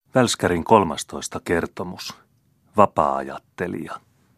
Välskärin 13. kertomus. Vapaa-ajattelija.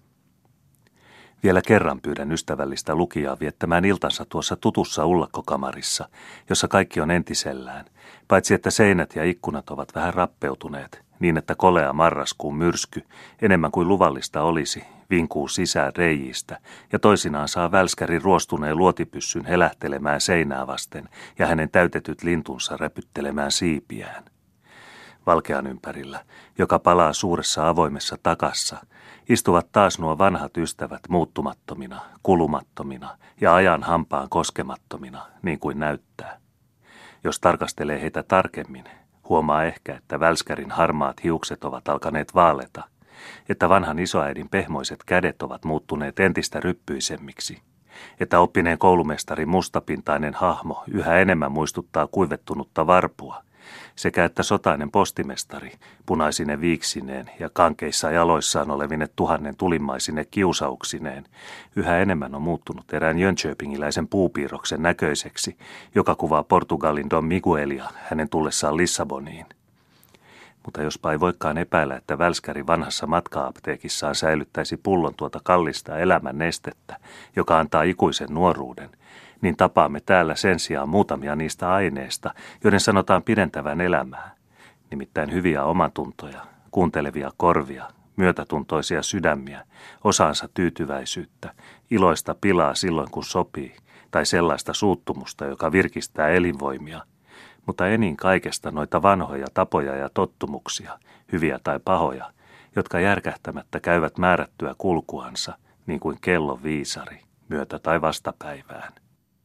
Vielä kerran pyydän ystävällistä lukijaa viettämään iltansa tuossa tutussa ullakkokamarissa, jossa kaikki on entisellään, paitsi että seinät ja ikkunat ovat vähän rappeutuneet, niin että kolea marraskuun myrsky, enemmän kuin luvallista olisi, vinkuu sisään reiistä ja toisinaan saa Välskärin ruostuneen luotipyssyn helähtelemään seinää vasten ja hänen täytetyt lintunsa räpyttelemään siipiään. Valkean ympärillä, joka palaa suuressa avoimessa takassa, istuvat taas nuo vanhat ystävät muuttumattomina, kulumattomina ja ajan hampaan koskemattomina, niin kuin näyttää. Jos tarkastelee heitä tarkemmin, huomaa ehkä, että Välskärin harmaat hiukset ovat alkaneet vaaleta, että vanhan isoäidin pehmoiset kädet ovat muuttuneet entistä ryppyisemmiksi, että oppineen koulumestarin mustapintainen hahmo yhä enemmän muistuttaa kuivettunutta varpua, sekä että sotainen postimestari, punaisine viiksineen ja kankeissa jaloissaan olevine 1000 tulimmaisine kiusauksineen, yhä enemmän on muuttunut erään jönköpingiläisen puupiirroksen näköiseksi, joka kuvaa Portugalin Don Miguelia hänen tullessaan Lissaboniin. Mutta jospa ei voikaan epäillä, että Välskäri vanhassa matka-apteekissaan säilyttäisi pullon tuota kallista elämän nestettä, joka antaa ikuisen nuoruuden, niin tapaamme täällä sen sijaan muutamia niistä aineista, joiden sanotaan pidentävän elämää, nimittäin hyviä omatuntoja, kuuntelevia korvia, myötätuntoisia sydämiä, osaansa tyytyväisyyttä, iloista pilaa silloin kun sopii, tai sellaista suuttumusta, joka virkistää elinvoimia, mutta enin kaikesta noita vanhoja tapoja ja tottumuksia, hyviä tai pahoja, jotka järkähtämättä käyvät määrättyä kulkuansa, niin kuin kellon viisari, myötä tai vastapäivään.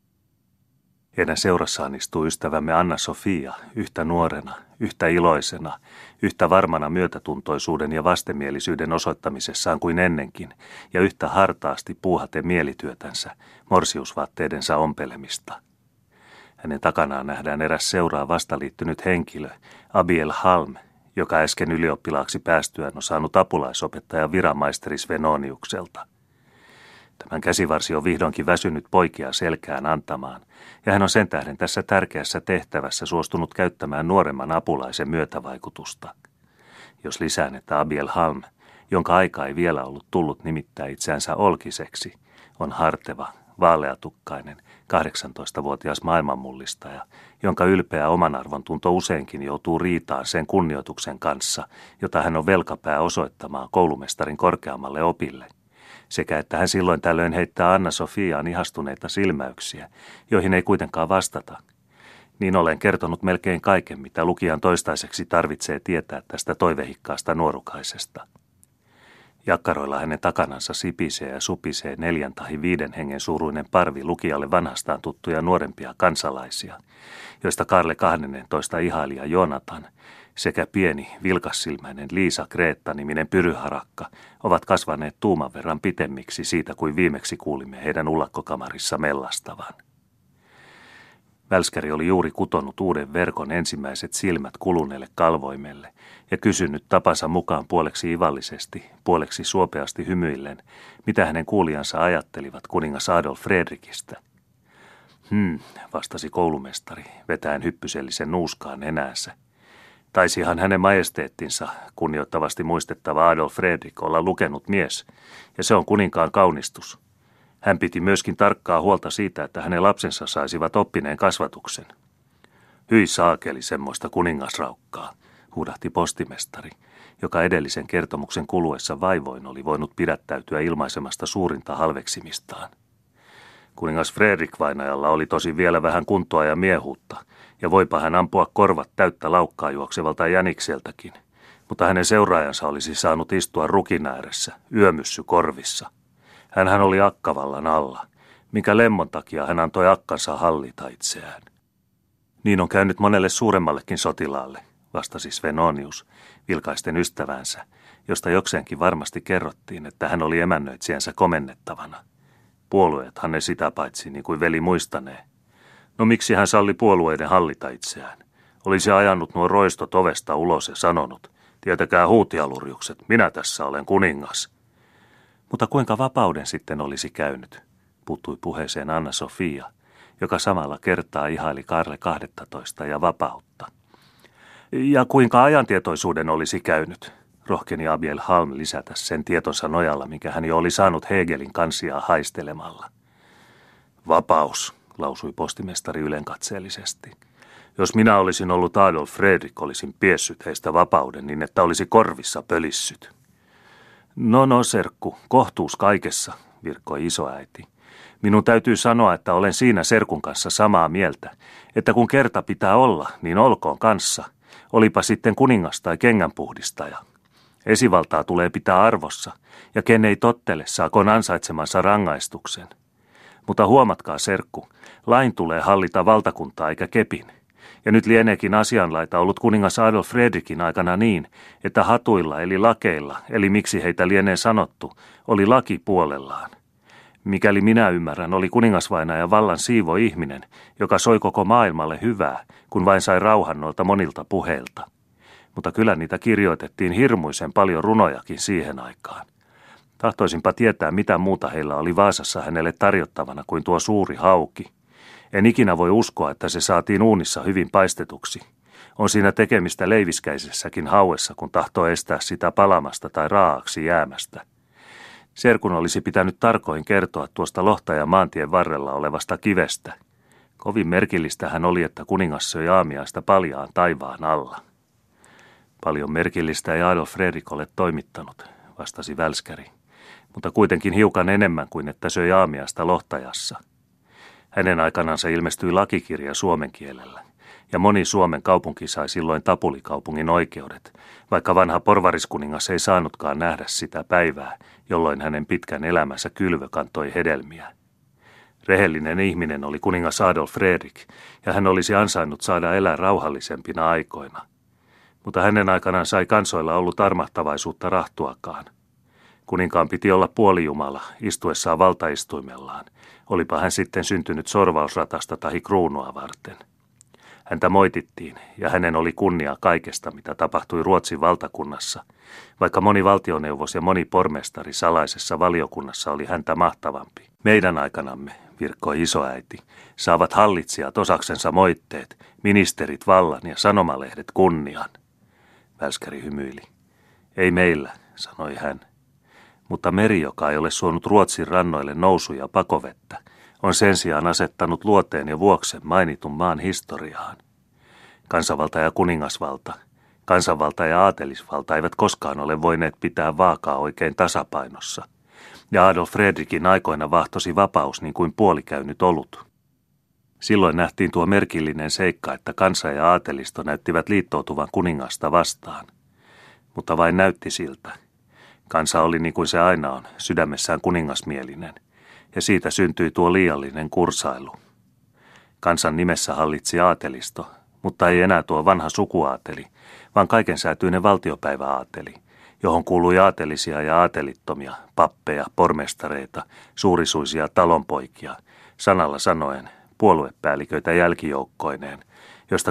Heidän seurassaan istuu ystävämme Anna-Sofia, yhtä nuorena, yhtä iloisena, yhtä varmana myötätuntoisuuden ja vastenmielisyyden osoittamisessaan kuin ennenkin, ja yhtä hartaasti puuhaten mielityötänsä, morsiusvaatteidensa ompelemista. Hänen takanaan nähdään eräs seuraa vastaliittynyt henkilö, Abiel Halm, joka äsken ylioppilaaksi päästyään on saanut apulaisopettajan viranmaisteri Svenoniukselta. Tämän käsivarsi on vihdoinkin väsynyt poikia selkään antamaan, ja hän on sen tähden tässä tärkeässä tehtävässä suostunut käyttämään nuoremman apulaisen myötävaikutusta. Jos lisään, että Abiel Halm, jonka aika ei vielä ollut tullut nimittää itseänsä Olkiseksi, on harteva, vaaleatukkainen, 18-vuotias maailmanmullistaja, jonka ylpeä omanarvon tunto useinkin joutuu riitaan sen kunnioituksen kanssa, jota hän on velkapää osoittamaan koulumestarin korkeammalle opille, sekä että hän silloin tällöin heittää Anna-Sofiaan ihastuneita silmäyksiä, joihin ei kuitenkaan vastata, niin olen kertonut melkein kaiken, mitä lukijan toistaiseksi tarvitsee tietää tästä toivehikkaasta nuorukaisesta. Jakkaroilla hänen takanansa sipisee ja supisee 4 tai 5 hengen suuruinen parvi lukijalle vanhastaan tuttuja nuorempia kansalaisia, joista Karle 12 ihailija Jonatan sekä pieni, vilkassilmäinen Liisa Kreetta-niminen pyryharakka ovat kasvaneet tuuman verran pitemmiksi siitä, kuin viimeksi kuulimme heidän ullakkokamarissa mellastavan. Välskäri oli juuri kutonut uuden verkon ensimmäiset silmät kuluneelle kalvoimelle ja kysynyt tapansa mukaan puoleksi ivallisesti, puoleksi suopeasti hymyillen, mitä hänen kuulijansa ajattelivat kuningas Adolf Fredrikistä. Vastasi koulumestari, vetäen hyppysellisen nuuskaan nenäänsä. Taisihan hänen majesteettinsa, kunnioittavasti muistettava Adolf Fredrik, olla lukenut mies, ja se on kuninkaan kaunistus. Hän piti myöskin tarkkaa huolta siitä, että hänen lapsensa saisivat oppineen kasvatuksen. Hyi saakeli semmoista kuningasraukkaa, huudahti postimestari, joka edellisen kertomuksen kuluessa vaivoin oli voinut pidättäytyä ilmaisemasta suurinta halveksimistaan. Kuningas Fredrik-vainajalla oli tosi vielä vähän kuntoa ja miehuutta, ja voipa hän ampua korvat täyttä laukkaa juoksevalta jänikseltäkin, mutta hänen seuraajansa olisi saanut istua rukin ääressä, yömyssy korvissa. Hänhän oli akkavallan alla, minkä lemmon takia hän antoi akkansa hallita itseään. Niin on käynyt monelle suuremmallekin sotilaalle, vastasi Svenonius, vilkaisten ystävänsä, josta jokseenkin varmasti kerrottiin, että hän oli emännöitsijänsä komennettavana. Puolueethan ne sitä paitsi, niin kuin veli muistanee. No miksi hän salli puolueiden hallita itseään? Olisi ajanut nuo roistot ovesta ulos ja sanonut, tietäkää huutialurjukset, minä tässä olen kuningas. Mutta kuinka vapauden sitten olisi käynyt, puuttui puheeseen Anna-Sofia, joka samalla kertaa ihaili Karle 12 ja vapautta. Ja kuinka ajantietoisuuden olisi käynyt, rohkeni Abiel Halm lisätä sen tietonsa nojalla, minkä hän jo oli saanut Hegelin kansiaa haistelemalla. Vapaus, lausui postimestari ylenkatseellisesti. Jos minä olisin ollut Adolf Fredrik, olisin piessyt heistä vapauden niin, että olisi korvissa pölissyt. No, serkku, kohtuus kaikessa, virkkoi isoäiti. Minun täytyy sanoa, että olen siinä serkun kanssa samaa mieltä, että kun kerta pitää olla, niin olkoon kanssa, olipa sitten kuningas tai kengänpuhdistaja. Esivaltaa tulee pitää arvossa, ja ken ei tottele, saakoon ansaitsemansa rangaistuksen. Mutta huomatkaa, serkku, lain tulee hallita valtakuntaa eikä kepin. Ja nyt lieneekin asianlaita ollut kuningas Adolf Fredrikin aikana niin, että hatuilla eli lakeilla, eli miksi heitä lienee sanottu, oli laki puolellaan. Mikäli minä ymmärrän, oli kuningasvainaja vallan siivo ihminen, joka soi koko maailmalle hyvää, kun vain sai rauhan noilta monilta puheilta. Mutta kyllä niitä kirjoitettiin hirmuisen paljon runojakin siihen aikaan. Tahtoisinpa tietää, mitä muuta heillä oli Vaasassa hänelle tarjottavana kuin tuo suuri hauki. En ikinä voi uskoa, että se saatiin uunissa hyvin paistetuksi. On siinä tekemistä leiviskäisessäkin hauessa, kun tahtoo estää sitä palamasta tai raaaksi jäämästä. Serkun olisi pitänyt tarkoin kertoa tuosta Lohtajan maantien varrella olevasta kivestä. Kovin merkillistä hän oli, että kuningas söi aamiaista paljaan taivaan alla. Paljon merkillistä ei Adolf Fredrik ole toimittanut, vastasi Välskäri, mutta kuitenkin hiukan enemmän kuin että söi aamiaista Lohtajassa. Hänen aikanaan se ilmestyi lakikirja suomen kielellä, ja moni Suomen kaupunki sai silloin Tapulikaupungin oikeudet, vaikka vanha porvariskuningas ei saanutkaan nähdä sitä päivää, jolloin hänen pitkän elämänsä kylvö kantoi hedelmiä. Rehellinen ihminen oli kuningas Adolf Fredrik, ja hän olisi ansainnut saada elää rauhallisempina aikoina. Mutta hänen aikanaan sai kansoilla ollut armahtavaisuutta rahtuakaan. Kuninkaan piti olla puolijumala, istuessaan valtaistuimellaan, olipa hän sitten syntynyt sorvausratasta tai kruunua varten. Häntä moitittiin, ja hänen oli kunnia kaikesta, mitä tapahtui Ruotsin valtakunnassa, vaikka moni valtioneuvos ja moni pormestari salaisessa valiokunnassa oli häntä mahtavampi. Meidän aikanamme, virkkoi isoäiti, saavat hallitsijat osaksensa moitteet, ministerit vallan ja sanomalehdet kunnian. Välskäri hymyili. Ei meillä, sanoi hän. Mutta meri, joka ei ole suonut Ruotsin rannoille nousuja pakovettä, on sen sijaan asettanut luoteen ja vuoksen mainitun maan historiaan. Kansanvalta ja kuningasvalta, kansanvalta ja aatelisvalta eivät koskaan ole voineet pitää vaakaa oikein tasapainossa, ja Adolf Fredrikin aikoina vahtosi vapaus niin kuin puolikäynyt olut. Silloin nähtiin tuo merkillinen seikka, että kansa ja aatelisto näyttivät liittoutuvan kuningasta vastaan, mutta vain näytti siltä. Kansa oli niin kuin se aina on, sydämessään kuningasmielinen, ja siitä syntyi tuo liiallinen kursailu. Kansan nimessä hallitsi aatelisto, mutta ei enää tuo vanha sukuaateli, vaan kaikensäätyinen valtiopäiväaateli, johon kuului aatelisia ja aatelittomia, pappeja, pormestareita, suurisuisia talonpoikia, sanalla sanoen puoluepäälliköitä jälkijoukkoineen, josta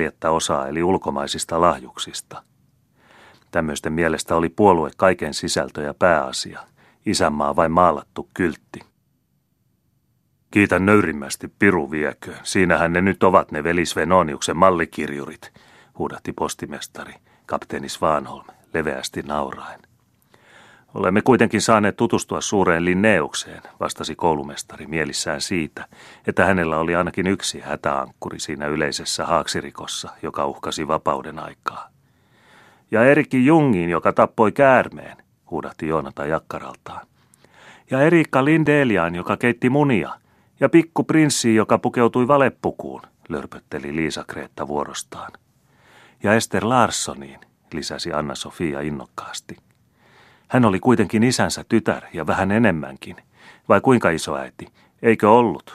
3/4 eli ulkomaisista lahjuksista. Tämmöisten mielestä oli puolue kaiken sisältö ja pääasia, isänmaa vain maalattu kyltti. Kiitän nöyrimmästi piru viekö, siinähän ne nyt ovat ne veli Svenoniuksen mallikirjurit, huudahti postimestari, kapteeni Svanholm, leveästi nauraen. Olemme kuitenkin saaneet tutustua suureen Linneukseen, vastasi koulumestari mielissään siitä, että hänellä oli ainakin yksi hätäankkuri siinä yleisessä haaksirikossa, joka uhkasi vapauden aikaa. Ja Erikki Jungiin, joka tappoi käärmeen, huudahti Joonata jakkaraltaan. Ja Erikka Lindeliaan, joka keitti munia, ja pikku prinssiin, joka pukeutui valepukuun, lörpötteli Liisa-Kreetta vuorostaan. Ja Ester Larssoniin, lisäsi Anna-Sofia innokkaasti. Hän oli kuitenkin isänsä tytär ja vähän enemmänkin. Vai kuinka isoäiti? Eikö ollut?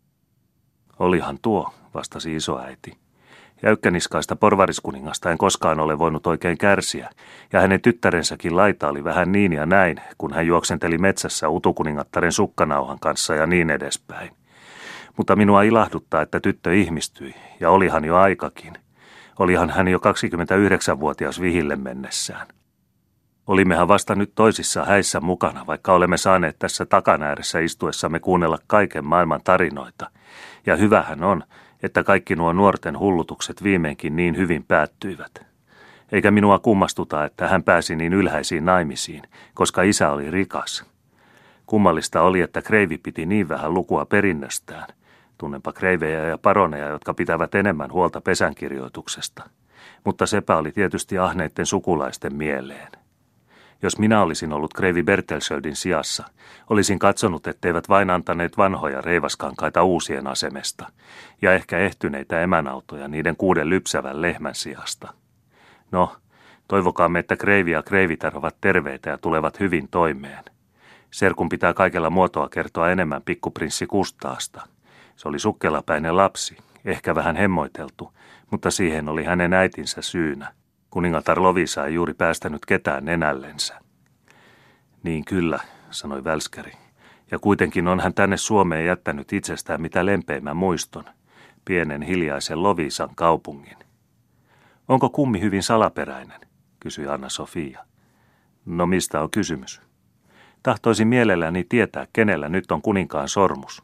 Olihan tuo, vastasi isoäiti. Jäykkäniskaista porvariskuningasta en koskaan ole voinut oikein kärsiä, ja hänen tyttärensäkin laita oli vähän niin ja näin, kun hän juoksenteli metsässä utukuningattaren sukkanauhan kanssa ja niin edespäin. Mutta minua ilahduttaa, että tyttö ihmistyi, ja olihan jo aikakin. Olihan hän jo 29-vuotias vihille mennessään. Olimmehan vasta nyt toisissa häissä mukana, vaikka olemme saaneet tässä takan ääressä istuessamme kuunnella kaiken maailman tarinoita. Ja hyvähän on, että kaikki nuo nuorten hullutukset viimeinkin niin hyvin päättyivät. Eikä minua kummastuta, että hän pääsi niin ylhäisiin naimisiin, koska isä oli rikas. Kummallista oli, että kreivi piti niin vähän lukua perinnöstään. Tunnenpa kreivejä ja paroneja, jotka pitävät enemmän huolta pesänkirjoituksesta. Mutta sepä oli tietysti ahneitten sukulaisten mieleen. Jos minä olisin ollut kreivi Bertelsöldin sijassa, olisin katsonut, etteivät vain antaneet vanhoja reivaskankaita uusien asemesta ja ehkä ehtyneitä emänautoja niiden 6 lypsävän lehmän sijasta. No, toivokaamme, että kreivi ja kreivitär ovat terveitä ja tulevat hyvin toimeen. Serkun pitää kaikella muotoa kertoa enemmän pikkuprinssi Kustaasta. Se oli sukkelapäinen lapsi, ehkä vähän hemmoiteltu, mutta siihen oli hänen äitinsä syynä. Kuningatar Lovisa ei juuri päästänyt ketään nenällensä. Niin kyllä, sanoi Välskäri. Ja kuitenkin on hän tänne Suomeen jättänyt itsestään mitä lempeimmän muiston, pienen hiljaisen Lovisan kaupungin. Onko kummi hyvin salaperäinen, kysyi Anna-Sofia. No mistä on kysymys? Tahtoisin mielelläni tietää, kenellä nyt on kuninkaan sormus.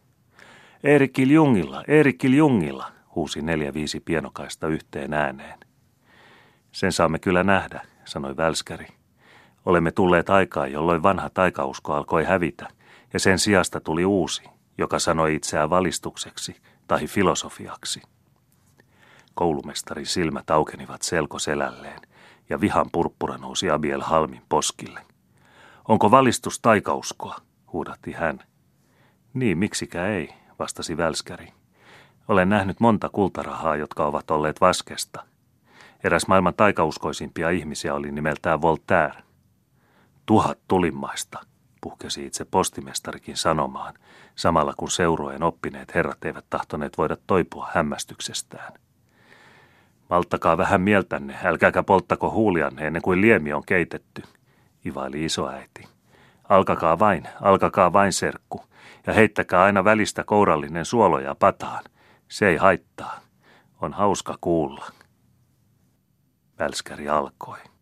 Eerikki Ljungilla, huusi 4-5 pienokaista yhteen ääneen. Sen saamme kyllä nähdä, sanoi Välskäri. Olemme tulleet aikaan, jolloin vanha taikausko alkoi hävitä, ja sen sijasta tuli uusi, joka sanoi itseään valistukseksi tai filosofiaksi. Koulumestarin silmät aukenivat selkoselälleen, ja vihan purppura nousi Abiel Halmin poskille. Onko valistus taikauskoa, huudatti hän. Niin, miksikä ei, vastasi Välskäri. Olen nähnyt monta kultarahaa, jotka ovat olleet vaskesta. Eräs maailman taikauskoisimpia ihmisiä oli nimeltään Voltaire. 1000 tulimmaista, puhkesi itse postimestarikin sanomaan, samalla kun seurueen oppineet herrat eivät tahtoneet voida toipua hämmästyksestään. Malttakaa vähän mieltänne, älkääkä polttako huulianne ennen kuin liemi on keitetty, ivaili isoäiti. Alkakaa vain, serkku, ja heittäkää aina välistä kourallinen suoloja pataan. Se ei haittaa. On hauska kuulla. Välskäri alkoi.